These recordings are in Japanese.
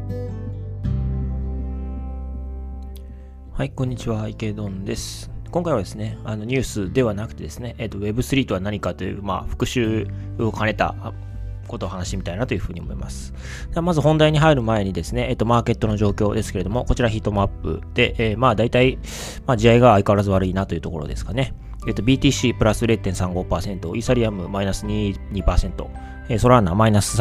はい、こんにちは、池ドンです。今回はですね、ニュースではなくてですね、Web3 とは何かという、復習を兼ねたことを話してみたいなというふうに思います。ではまず本題に入る前にですね、マーケットの状況ですけれども、こちらヒートマップで、大体、地合いが相変わらず悪いなというところですかね。BTC プラス 0.35%、イーサリアムマイナス 2%、ソラーナマイナス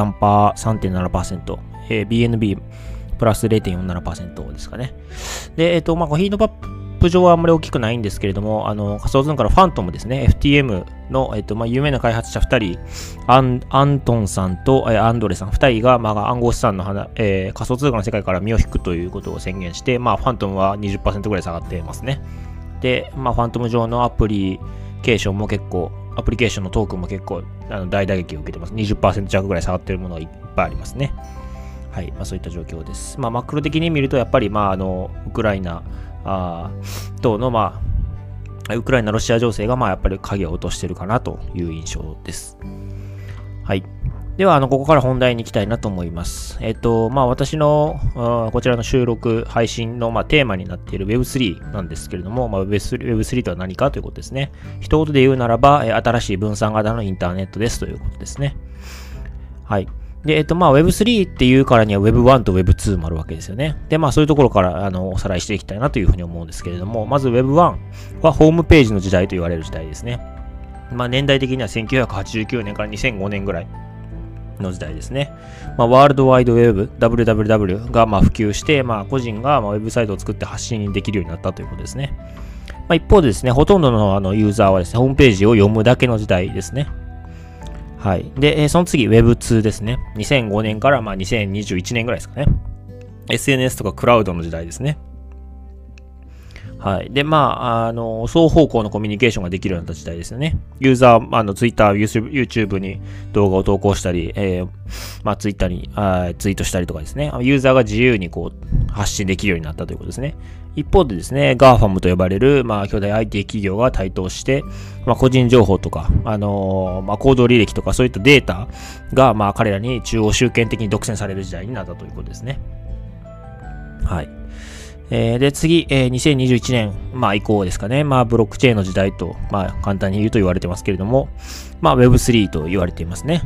3.7%、BNB プラス 0.47% ですかね。で、ヒートマップ上はあんまり大きくないんですけれども、仮想通貨のファントムですね、FTM の、有名な開発者2人、アントンさんと、アンドレさん2人が、暗号資産の仮想通貨の世界から身を引くということを宣言して、ファントムは 20% ぐらい下がってますね。で、ファントム上のアプリケーションのトークンも結構大打撃を受けてます。20% 弱ぐらい下がっているものがいっぱいありますね。はい、そういった状況です。マクロ的に見ると、やっぱり、ウクライナ等の、ウクライナ・ロシア情勢が、やっぱり影を落としているかなという印象です。はい。では、ここから本題に行きたいなと思います。私のこちらの収録、配信の、テーマになっている Web3 なんですけれども、Web3 とは何かということですね。一言で言うならば、新しい分散型のインターネットですということですね。はい。で、Web3 っていうからには Web1 と Web2 もあるわけですよね。で、そういうところからおさらいしていきたいなというふうに思うんですけれども、まず Web1 はホームページの時代と言われる時代ですね。年代的には1989年から2005年ぐらいの時代ですね。ワールドワイドウェブ、WWW が普及して、個人がウェブサイトを作って発信できるようになったということですね。一方でですね、ほとんどのユーザーはですね、ホームページを読むだけの時代ですね。はい。で、その次 Web2 ですね。2005年から2021年ぐらいですかね。SNS とかクラウドの時代ですね。はい。で、双方向のコミュニケーションができるようになった時代ですよね。ユーザー、Twitter、YouTube に動画を投稿したり、Twitter にツイートしたりとかですね。ユーザーが自由に発信できるようになったということですね。一方でですね、GAFAM と呼ばれる、巨大 IT 企業が台頭して、個人情報とか、行動履歴とかそういったデータが、彼らに中央集権的に独占される時代になったということですね。はい。で、次、2021年、以降ですかね。ブロックチェーンの時代と、簡単に言うと言われてますけれども、Web3 と言われていますね。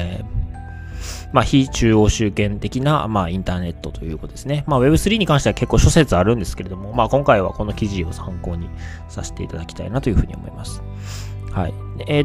非中央集権的な、インターネットということですね。Web3 に関しては結構諸説あるんですけれども、今回はこの記事を参考にさせていただきたいなというふうに思います。はい。で、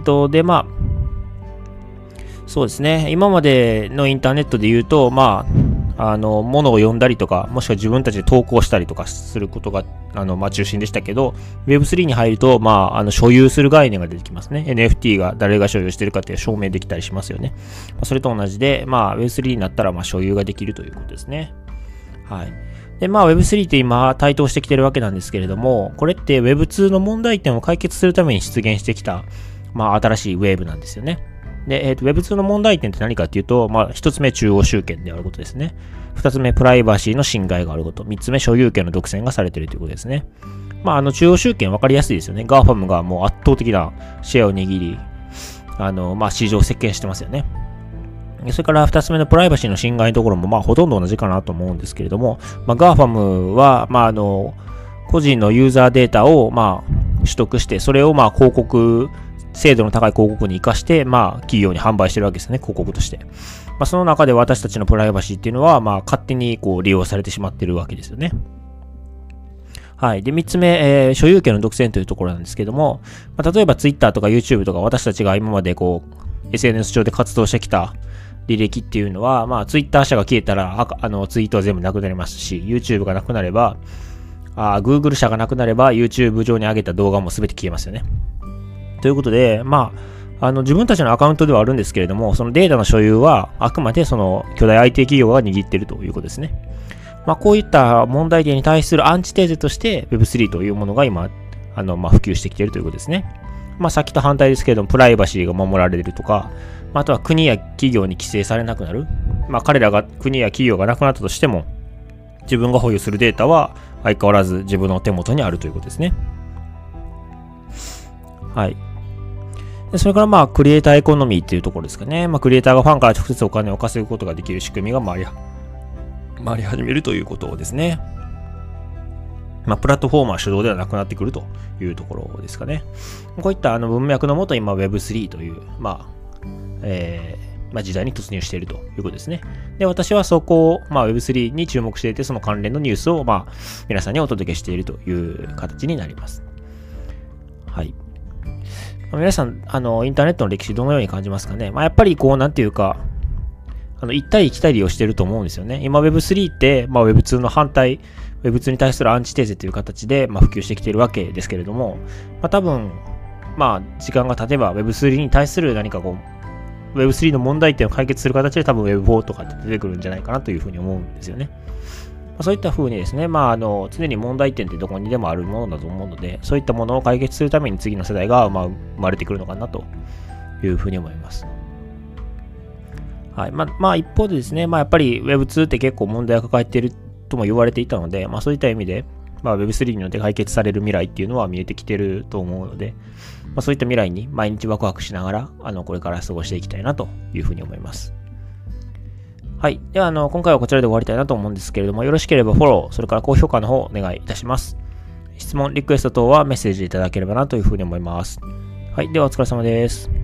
そうですね。今までのインターネットで言うと、物を読んだりとか、もしくは自分たちで投稿したりとかすることが、中心でしたけど、Web3 に入ると、所有する概念が出てきますね。NFT が誰が所有しているかって証明できたりしますよね。それと同じで、Web3 になったら、所有ができるということですね。はい。で、Web3 って今、台頭してきてるわけなんですけれども、これって Web2 の問題点を解決するために出現してきた、新しい Web なんですよね。で、Web2 の問題点って何かっていうと、一つ目中央集権であることですね。二つ目プライバシーの侵害があること。三つ目所有権の独占がされているということですね。中央集権分かりやすいですよね。GAFAM がもう圧倒的なシェアを握り、市場を席巻してますよね。それから二つ目のプライバシーの侵害のところも、ほとんど同じかなと思うんですけれども、GAFAM は、個人のユーザーデータを、取得して、それを、広告、精度の高い広告に活かして、企業に販売してるわけですね、広告として。その中で私たちのプライバシーっていうのは、勝手に利用されてしまってるわけですよね。はい。で、3つ目、所有権の独占というところなんですけども、例えば Twitter とか YouTube とか私たちが今までSNS 上で活動してきた履歴っていうのは、Twitter 社が消えたら、ツイートは全部なくなりますし、YouTube がなくなれば、Google 社がなくなれば、YouTube 上に上げた動画も全て消えますよね。ということで、自分たちのアカウントではあるんですけれども、そのデータの所有は、あくまでその巨大 IT 企業が握っているということですね。こういった問題点に対するアンチテーゼとして Web3 というものが今、普及してきているということですね。さっきと反対ですけれども、プライバシーが守られるとか、あとは国や企業に規制されなくなる。彼らが、国や企業がなくなったとしても、自分が保有するデータは相変わらず自分の手元にあるということですね。はい。それからクリエイターエコノミーっていうところですかね。クリエイターがファンから直接お金を稼ぐことができる仕組みが回り始めるということですね。プラットフォーマー主導ではなくなってくるというところですかね。こういった文脈のもと、今 Web3 という、時代に突入しているということですね。で、私はそこを、Web3 に注目していて、その関連のニュースを、皆さんにお届けしているという形になります。はい。皆さん、インターネットの歴史どのように感じますかね。やっぱりなんていうか、一対一対利をしていると思うんですよね。今 Web3 って、Web2 の反対、Web2 に対するアンチテーゼという形で、普及してきているわけですけれども、多分、時間が経てば Web3 に対する何かWeb3 の問題点を解決する形で多分 Web4 とかって出てくるんじゃないかなというふうに思うんですよね。そういった風にですね、常に問題点ってどこにでもあるものだと思うので、そういったものを解決するために次の世代が、生まれてくるのかなというふうに思います。はい。一方でですね、やっぱり Web2 って結構問題を抱えているとも言われていたので、そういった意味で、Web3 によって解決される未来っていうのは見えてきていると思うので、そういった未来に毎日ワクワクしながら、これから過ごしていきたいなというふうに思います。はい。では、今回はこちらで終わりたいなと思うんですけれども、よろしければフォロー、それから高評価の方お願いいたします。質問、リクエスト等はメッセージいただければなというふうに思います。はい。では、お疲れ様です。